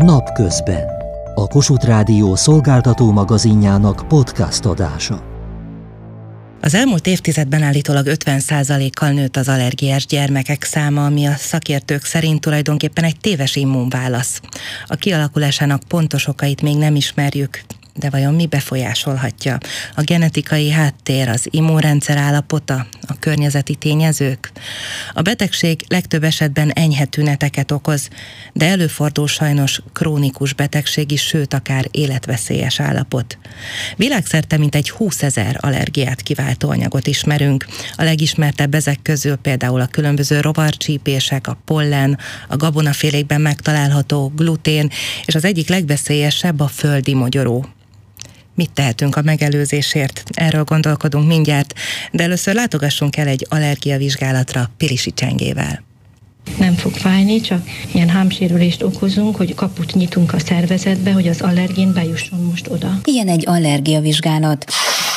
Napközben. A Kossuth Rádió szolgáltató magazinjának podcast adása. Az elmúlt évtizedben állítólag 50%-kal nőtt az allergiás gyermekek száma, ami a szakértők szerint tulajdonképpen egy téves immunválasz. A kialakulásának pontos okait még nem ismerjük, de vajon mi befolyásolhatja? A genetikai háttér, az immunrendszer állapota, a környezeti tényezők? A betegség legtöbb esetben enyhe tüneteket okoz, de előfordul sajnos krónikus betegség is, sőt akár életveszélyes állapot. Világszerte mintegy 20 000 allergiát kiváltó anyagot ismerünk. A legismertebb ezek közül például a különböző rovarcsípések, a pollen, a gabonafélékben megtalálható glutén, és az egyik legveszélyesebb a földi mogyoró. Mit tehetünk a megelőzésért? Erről gondolkodunk mindjárt, de először látogassunk el egy allergiavizsgálatra Pirisi Csengével. Nem fog fájni, csak ilyen hámsérülést okozunk, hogy kaput nyitunk a szervezetbe, hogy az allergén bejusson most oda. Ilyen egy allergiavizsgálat.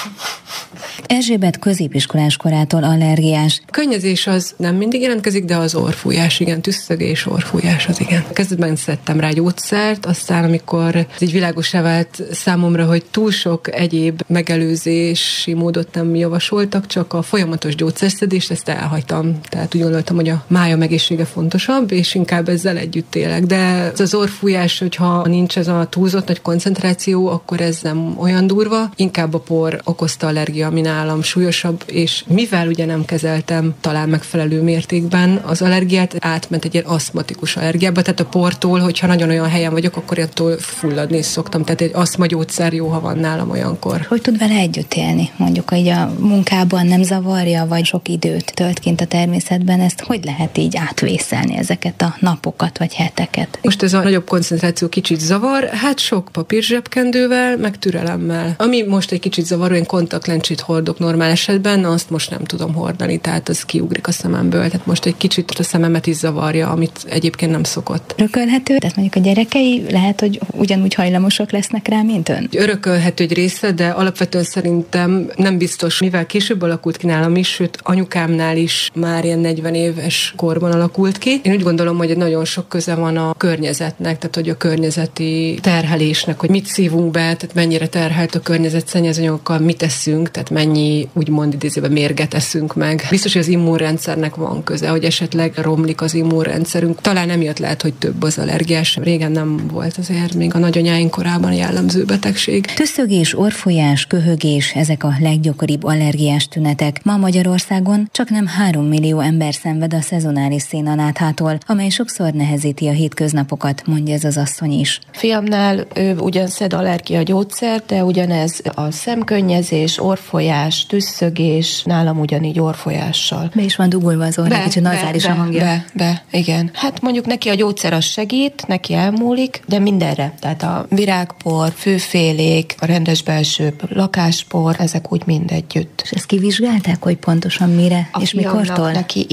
Erzsébet középiskolás korától allergiás. Könnyezés az nem mindig jelentkezik, de az orrfújás, igen, tüsszögés, orrfújás az igen. Kezdetben szedtem rá gyógyszert, aztán amikor ez így világossá vált számomra, hogy túl sok egyéb megelőzési módot nem javasoltak, csak a folyamatos gyógyszerszedést, ezt elhagytam. Tehát úgy gondoltam, hogy a májam egészsége fontosabb, és inkább ezzel együtt élek. De az orrfújás, hogyha nincs ez a túlzott nagy koncentráció, akkor ez nem olyan durva, inkább a por okozta allergia, ami nálam súlyosabb, és mivel ugye nem kezeltem talán megfelelő mértékben az allergiát, átment egy ilyen asztmatikus allergiába, tehát a portól, hogyha nagyon olyan helyen vagyok, akkor attól fulladni is szoktam, tehát egy asztmagyógyszer jó, ha van nálam olyankor. Hogy tud vele együtt élni? Mondjuk, hogy a munkában nem zavarja, vagy sok időt tölt kint a természetben, ezt hogy lehet így átvészelni ezeket a napokat, vagy heteket? Most ez a nagyobb koncentráció kicsit zavar, hát sok papírzsebkendővel, meg türelemmel. Ami most egy kicsit zavaró, én kontaktlencsét hordok normál esetben, azt most nem tudom hordani, tehát az kiugrik a szememből. Tehát most egy kicsit a szememet is zavarja, amit egyébként nem szokott. Örökölhető? Tehát mondjuk a gyerekei lehet, hogy ugyanúgy hajlamosak lesznek rá, mint ön? Örökölhető egy része, de alapvetően szerintem nem biztos, mivel később alakult ki nálam is, sőt anyukámnál is már ilyen 40 éves korban alakult ki. Én úgy gondolom, hogy nagyon sok köze van a környezetnek, tehát hogy a környezeti terhelésnek, hogy mit szívunk be, tehát mennyire terhelt a környezet szennyezőanyagokkal, mit eszünk, tehát mennyi úgymond idézőben mérget eszünk meg. Biztos, hogy az immunrendszernek van köze, hogy esetleg romlik az immunrendszerünk. Talán emiatt lehet, hogy több az allergiás. Régen nem volt azért még a nagyanyáink korában jellemző betegség. Tüsszögés, orrfújás, köhögés, ezek a leggyakoribb allergiás tünetek. Ma Magyarországon csaknem 3 millió ember szenved a szezonális szénaláthától, amely sokszor nehezíti a hétköznapokat, mondja ez az asszony is. Fiamnál ő ugyan szed allergiagyógyszert, de ugyanez a szemkönnyezés, orrfolyás, tüsszögés, nálam ugyanígy orrfolyással. Be is van dugulva az orra, kicsit nazális a hangja. Igen. Hát mondjuk neki a gyógyszer az segít, neki elmúlik, de mindenre. Tehát a virágpor, főfélék, a rendes belső lakáspor, ezek úgy mind együtt. És ezt kivizsgálták, hogy pontosan mire és mikortól?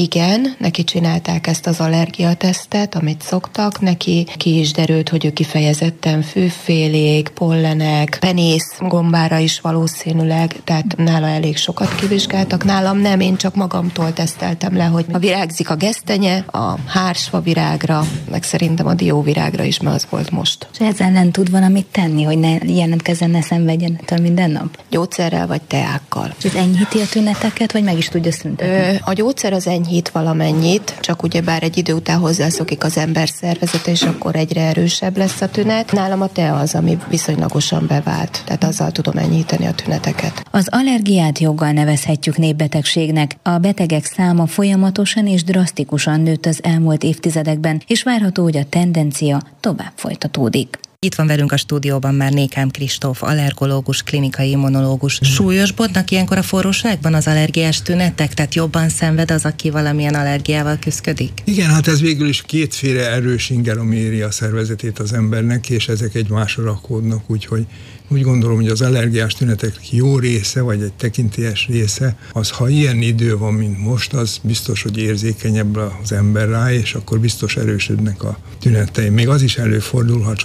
Neki csinálták ezt az allergiatesztet, amit szoktak, neki ki is derült, hogy ő kifejezetten főfélék, pollenek, penész gombára is valószínűleg, tehát nála elég sokat kivizsgáltak, nálam nem, én csak magamtól teszteltem le, hogy ha virágzik a gesztenye, a hársfavirágra, meg szerintem a dióvirágra is, mert az volt most. És ezzel ellen tud valamit tenni, hogy ne jelentkezzen, ne szenvedjen ettől minden nap? Gyógyszerrel vagy teákkal. És ez enyhíti a tüneteket, vagy meg is tudja szüntetni? A gyógyszer az enyhít valamennyit, csak ugyebár egy idő után hozzászokik az ember szervezete, és akkor egyre erősebb lesz a tünet. Nálam a tea az, ami viszonylagosan bevált, tehát azzal tudom enyhíteni a tüneteket. Az allergiát joggal nevezhetjük népbetegségnek. A betegek száma folyamatosan és drasztikusan nőtt az elmúlt évtizedekben, és várható, hogy a tendencia tovább folytatódik. Itt van velünk a stúdióban már Nékám Kristóf, allergológus, klinikai immunológus. Súlyosbodnak ilyenkor a forróságban az allergiás tünetek? Tehát jobban szenved az, aki valamilyen allergiával küszködik? Igen, hát ez végül is kétféle erős inger, ami éri a szervezetét az embernek, és ezek egymásra rakódnak, úgyhogy úgy gondolom, hogy az allergiás tünetek jó része, vagy egy tekintélyes része, az ha ilyen idő van, mint most, az biztos, hogy érzékenyebb az ember rá, és akkor biztos erősödnek a tünetei. Még az is előfordulhat sajnos néha,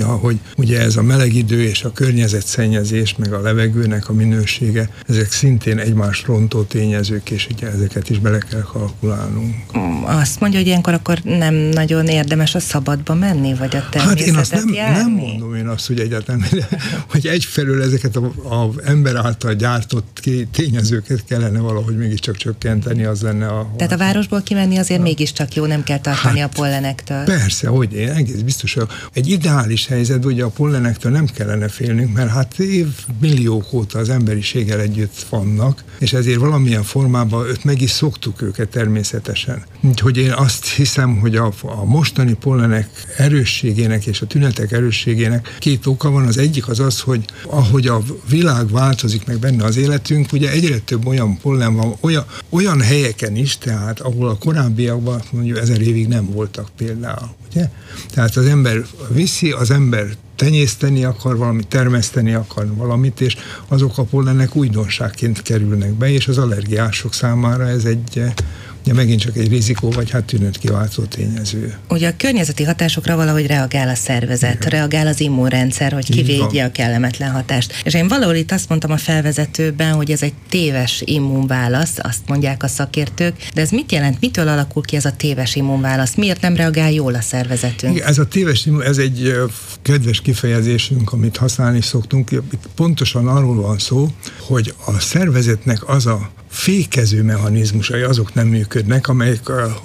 néha, hogy ugye ez a meleg idő és a környezetszennyezés, meg a levegőnek a minősége, ezek szintén egymást rontó tényezők, és ugye ezeket is bele kell kalkulálnunk. Azt mondja, hogy ilyenkor akkor nem nagyon érdemes a szabadba menni, vagy a természetet Hát én azt nem mondom hogy egyáltalán, hogy egyfelől ezeket az ember által gyártott tényezőket kellene valahogy mégiscsak csökkenteni, az lenne a... Tehát a városból kimenni azért mégiscsak jó, nem kell tartani a pollenektől. Persze, hogy én egész biztos, hogy egy ideális helyzetben ugye a pollenektől nem kellene félnünk, mert évmilliók óta az emberiséggel együtt vannak, és ezért valamilyen formában meg is szoktuk őket természetesen. Úgyhogy én azt hiszem, hogy a mostani pollenek erősségének és a tünetek erősségének két oka van. Az egyik az, hogy ahogy a világ változik meg benne az életünk, ugye egyre több olyan pollen van, olyan helyeken is, tehát ahol a korábbiakban mondjuk 1000 évig nem voltak például, ugye? Tehát az ember viszi, az ember tenyészteni akar valamit, termeszteni akar valamit, és azok a pollenek újdonságként kerülnek be, és az allergiások számára ez ugye megint csak egy rizikó, vagy tünetkiváltó tényező. Ugye a környezeti hatásokra valahogy reagál a szervezet, igen. Reagál az immunrendszer, hogy kivédje a kellemetlen hatást. És én valahol itt azt mondtam a felvezetőben, hogy ez egy téves immunválasz, azt mondják a szakértők, de ez mit jelent? Mitől alakul ki ez a téves immunválasz? Miért nem reagál jól a szervezetünk? Ez a téves ez egy kedves kifejezésünk, amit használni szoktunk. Itt pontosan arról van szó, hogy a szervezetnek az a fékező mechanizmusai azok nem működnek, amelyek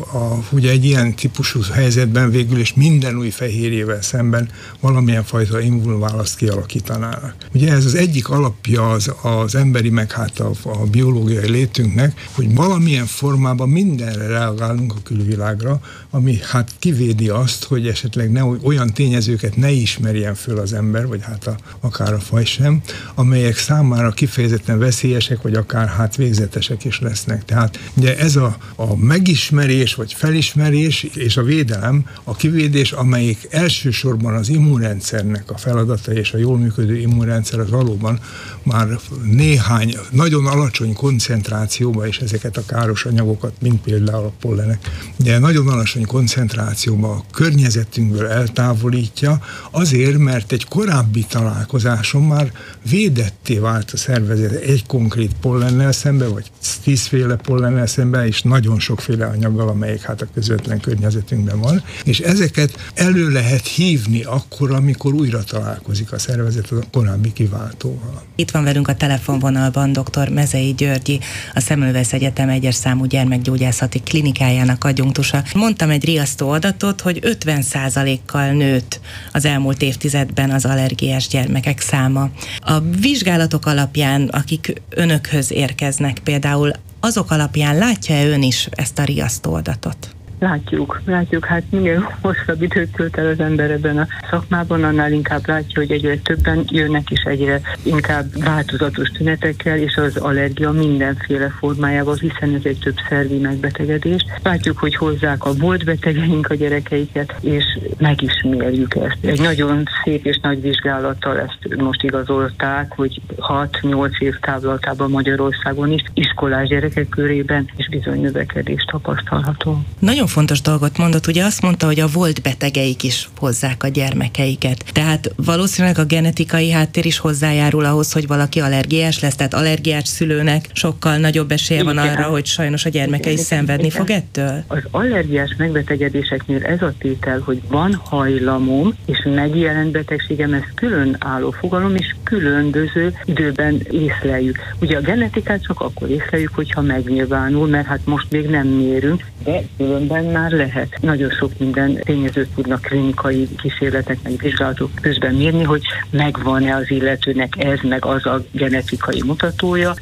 ugye egy ilyen típusú helyzetben végül is minden új fehérjével szemben valamilyen fajta immunválaszt kialakítanának. Ugye ez az egyik alapja az emberi, meg a biológiai létünknek, hogy valamilyen formában mindenre reagálunk a külvilágra, ami kivédi azt, hogy esetleg olyan tényezőket ne ismerjen föl az ember, vagy akár a faj sem, amelyek számára kifejezetten veszélyesek, vagy akár végzetesek is lesznek. Tehát ugye ez a megismerés, vagy felismerés és a védelem, a kivédés, amelyik elsősorban az immunrendszernek a feladata, és a jól működő immunrendszer az valóban már néhány nagyon alacsony koncentrációban is ezeket a káros anyagokat, mint például a pollenek, ugye nagyon alacsony koncentrációban a környezetünkből eltávolítja, azért, mert egy korábbi találkozáson már védetté vált a szervezet egy konkrét pollennel szemben, vagy 10 féle pollennel szemben, és nagyon sokféle anyaggal, amelyik a közvetlen környezetünkben van, és ezeket elő lehet hívni akkor, amikor újra találkozik a szervezet a korábbi kiváltóval. Itt van velünk a telefonvonalban dr. Mezei Györgyi, a Szemmelweis Egyetem 1-es számú gyermekgyógyászati klinikájának adjunktusa. Mondtam egy riasztó adatot, hogy 50%-kal nőtt az elmúlt évtizedben az allergiás gyermekek száma. A vizsgálatok alapján, akik önökhöz érkeznek például, azok alapján látja-e ön is ezt a riasztó adatot? Látjuk. Minél hosszabb időt tölt el az ember ebben a szakmában, annál inkább látja, hogy egyre többen jönnek, és egyre inkább változatos tünetekkel, és az allergia mindenféle formájával, hiszen ez egy több szervi megbetegedés. Látjuk, hogy hozzák a volt betegeink a gyerekeiket, és megismerjük ezt. Egy nagyon szép és nagy vizsgálattal ezt most igazolták, hogy 6-8 év távlatában Magyarországon is iskolás gyerekek körében, és bizony növekedés tapasztalható. Nagyon fontos dolgot mondott, ugye azt mondta, hogy a volt betegeik is hozzák a gyermekeiket. Tehát valószínűleg a genetikai háttér is hozzájárul ahhoz, hogy valaki allergiás lesz, tehát allergiás szülőnek sokkal nagyobb esélye van arra, hogy sajnos a gyermeke is szenvedni fog ettől. Az allergiás megbetegedéseknél ez a tétel, hogy van hajlamom, és megjelent betegségem, ez külön álló fogalom, és különböző időben észleljük. Ugye a genetikát csak akkor észleljük, hogyha megnyilvánul, mert most még nem mérünk, de különben már lehet. Nagyon sok minden tényezőt tudnak klinikai kísérletek, meg vizsgálatok közben mérni, hogy megvan-e az illetőnek ez, meg az a genetikai mutatója.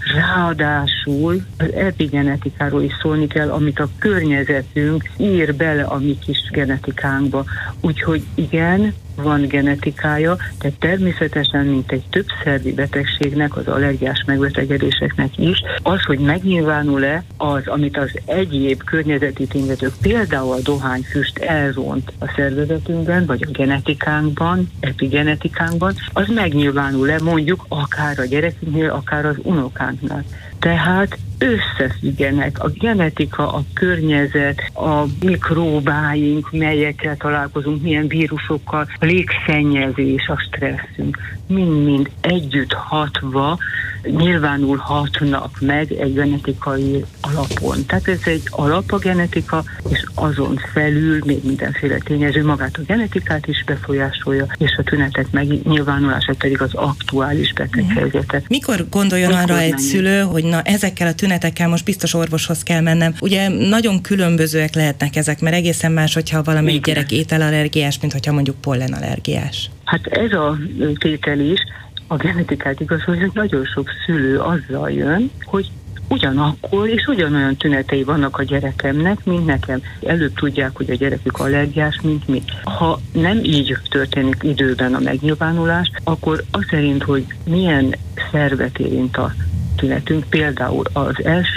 Ráadásul az epigenetikáról is szólni kell, amit a környezetünk ír bele a mi kis genetikánkba. Úgyhogy igen, van genetikája, de természetesen, mint egy többszervi betegségnek, az allergiás megbetegedéseknek is, az, hogy megnyilvánul-e az, amit az egyéb környezeti tényezők, például a dohányfüst elront a szervezetünkben, vagy a genetikánkban, epigenetikánkban, az megnyilvánul-e mondjuk akár a gyerekünknél, akár az unokánknál. Tehát összefüggenek. A genetika, a környezet, a mikróbáink, melyekkel találkozunk, milyen vírusokkal, a légszennyezés, a stresszünk, mind-mind együtt hatva nyilvánulhatnak meg egy genetikai alapon. Tehát ez egy alap a genetika, és azon felül még mindenféle tényező magát a genetikát is befolyásolja, és a tünetek megnyilvánulása pedig az aktuális beteghelyzete. Mikor gondoljon arra egy szülő, hogy na ezekkel a tünetekkel most biztos orvoshoz kell mennem? Ugye nagyon különbözőek lehetnek ezek, mert egészen más, hogyha valamelyik gyerek ételallergiás, mint hogyha mondjuk pollenallergiás. Hát ez a tétel is, a genetikát igazolja, hogy nagyon sok szülő azzal jön, hogy ugyanakkor és ugyanolyan tünetei vannak a gyerekemnek, mint nekem. Előbb tudják, hogy a gyerekük allergiás, mint mi. Ha nem így történik időben a megnyilvánulás, akkor az szerint, hogy milyen szervet érint a tünetünk, például az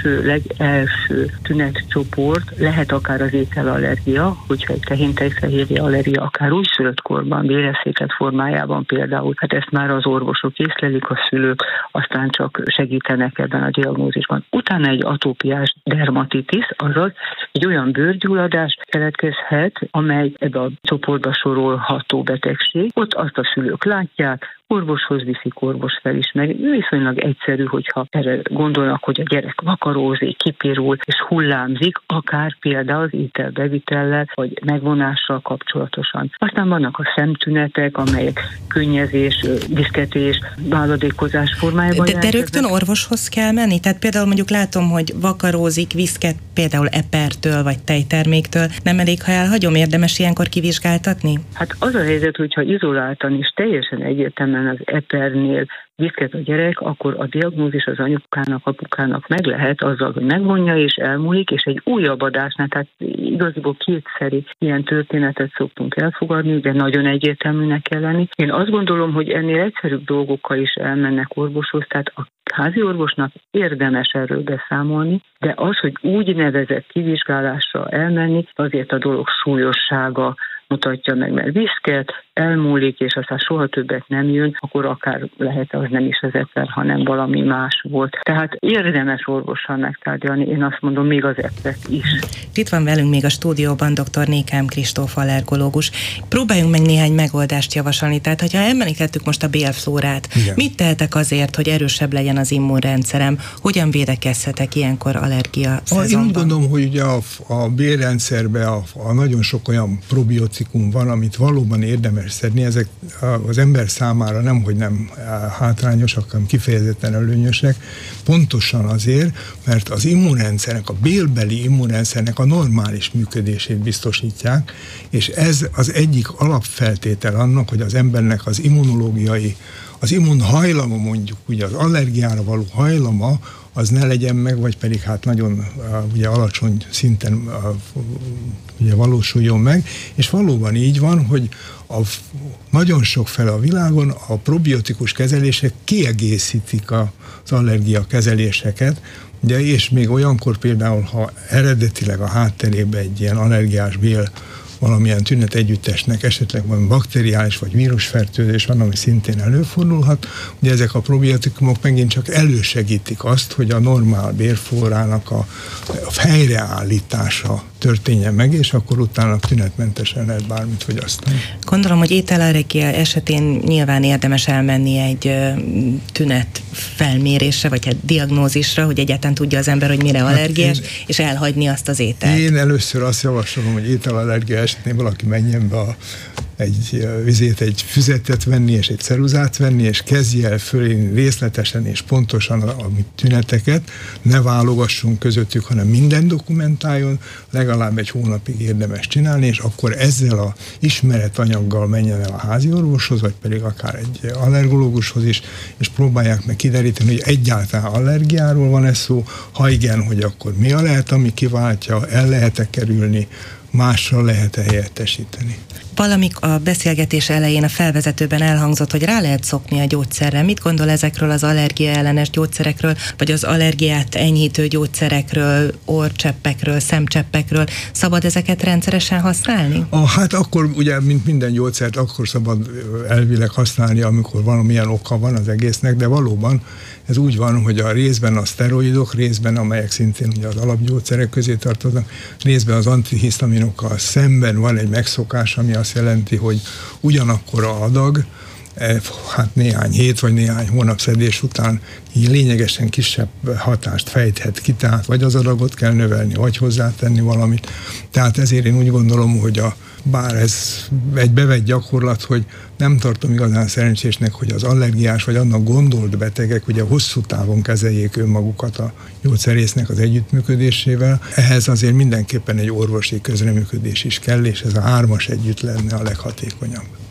legelső tünetcsoport lehet akár az ételallergia, hogyha egy tehén-tejfehérje allergia, akár újszülött korban, véreszéket formájában például, hát ezt már az orvosok észlelik, a szülők aztán csak segítenek ebben a diagnózisban. Utána egy atópiás dermatitis, azaz egy olyan bőrgyulladás keletkezhet, amely ebbe a csoportba sorolható betegség. Ott azt a szülők látják, orvoshoz viszik, orvos felismeri. Viszonylag egyszerű, hogyha erre gondolnak, hogy a gyerek vakarózik, kipirul és hullámzik, akár például az ételbevitellel vagy megvonással kapcsolatosan. Aztán vannak a szemtünetek, amelyek könnyezés, viszketés, váladékozás formájában de rögtön orvoshoz kell menni? Tehát például mondjuk látom, hogy vakarózik, viszket például epertől vagy tejterméktől. Nem elég, ha elhagyom, érdemes ilyenkor kivizsgáltatni? Hát az a helyzet, hogyha izoláltan és teljesen egyértelműen az epernél viszket a gyerek, akkor a diagnózis az anyukának, apukának meg lehet azzal, hogy megvonja és elmúlik, és egy újabb adásnál, tehát igaziból kétszeri ilyen történetet szoktunk elfogadni, de nagyon egyértelműnek kell lenni. Én azt gondolom, hogy ennél egyszerűbb dolgokkal is elmennek orvoshoz, tehát a házi orvosnak érdemes erről beszámolni, de az, hogy úgy nevezett kivizsgálásra elmenni, azért a dolog súlyossága mutatja meg, mert viszket, elmúlik, és aztán soha többet nem jön, akkor akár lehet az nem is az eper, hanem valami más volt. Tehát érdemes orvossal megtárgyalni, én azt mondom, még az epret is. Itt van velünk még a stúdióban dr. Nékám Kristóf allergológus. Próbáljunk meg néhány megoldást javasolni. Tehát, hogyha említettük most a bélflórát, mit tehetek azért, hogy erősebb legyen az immunrendszerem? Hogyan védekezhetek ilyenkor allergia szezonban? Én úgy gondolom, hogy ugye a bélrendszerben a nagyon sok olyan probiotikum van, amit valóban érdemes szedni. Ezek az ember számára nemhogy nem hátrányosak, hanem kifejezetten előnyösek. Pontosan azért, mert az immunrendszernek, a bélbeli immunrendszernek a normális működését biztosítják, és ez az egyik alapfeltétel annak, hogy az embernek az immunológiai, az immunhajlama, mondjuk ugye az allergiára való hajlama, az ne legyen meg, vagy pedig hát nagyon ugye alacsony szinten ugye valósuljon meg, és valóban így van, hogy nagyon sokfele a világon a probiotikus kezelések kiegészítik az allergia kezeléseket, ugye, és még olyankor például, ha eredetileg a hátterében egy ilyen allergiás bél valamilyen tünet együttesnek esetleg van bakteriális vagy vírusfertőzés van, ami szintén előfordulhat. Ugye ezek a probiotikumok megint csak elősegítik azt, hogy a normál bélflórának a helyreállítása történje meg, és akkor utána tünetmentesen lehet bármit fogyasztani. Gondolom, hogy ételallergia esetén nyilván érdemes elmenni egy tünet felmérésre, vagy hát diagnózisra, hogy egyáltalán tudja az ember, hogy mire allergiás, és elhagyni azt az ételt. Én először azt javasolom, hogy ételallergia esetén valaki menjen be egy füzetet venni, és egy ceruzát venni, és kezdje el fölírni részletesen és pontosan a tüneteket, ne válogassunk közöttük, hanem minden dokumentáljon, legalább egy hónapig érdemes csinálni, és akkor ezzel a ismeretanyaggal menjen el a házi orvoshoz, vagy pedig akár egy allergológushoz is, és próbálják meg kideríteni, hogy egyáltalán allergiáról van-e szó, ha igen, hogy akkor mi a lehet, ami kiváltja, el lehet-e kerülni, mással lehet-e helyettesíteni. Valamik a beszélgetés elején a felvezetőben elhangzott, hogy rá lehet szokni a gyógyszerre. Mit gondol ezekről az allergiaellenes gyógyszerekről, vagy az allergiát enyhítő gyógyszerekről, orrcseppekről, szemcseppekről? Szabad ezeket rendszeresen használni? Hát akkor ugye, mint minden gyógyszert, akkor szabad elvileg használni, amikor valamilyen oka van az egésznek, de valóban ez úgy van, hogy a részben a szteroidok, részben, amelyek szintén ugye az alapgyógyszerek közé tartoznak, részben az antihisztaminokkal szemben van egy megszokás, ami azt jelenti, hogy ugyanakkor a adag, hát néhány hét vagy néhány hónap szedés után lényegesen kisebb hatást fejthet ki, tehát vagy az adagot kell növelni, vagy hozzátenni valamit. Tehát ezért én úgy gondolom, hogy bár ez egy bevett gyakorlat, hogy nem tartom igazán szerencsésnek, hogy az allergiás vagy annak gondolt betegek ugye hosszú távon kezeljék önmagukat a gyógyszerésznek az együttműködésével. Ehhez azért mindenképpen egy orvosi közreműködés is kell, és ez a 3-as együtt lenne a leghatékonyabb.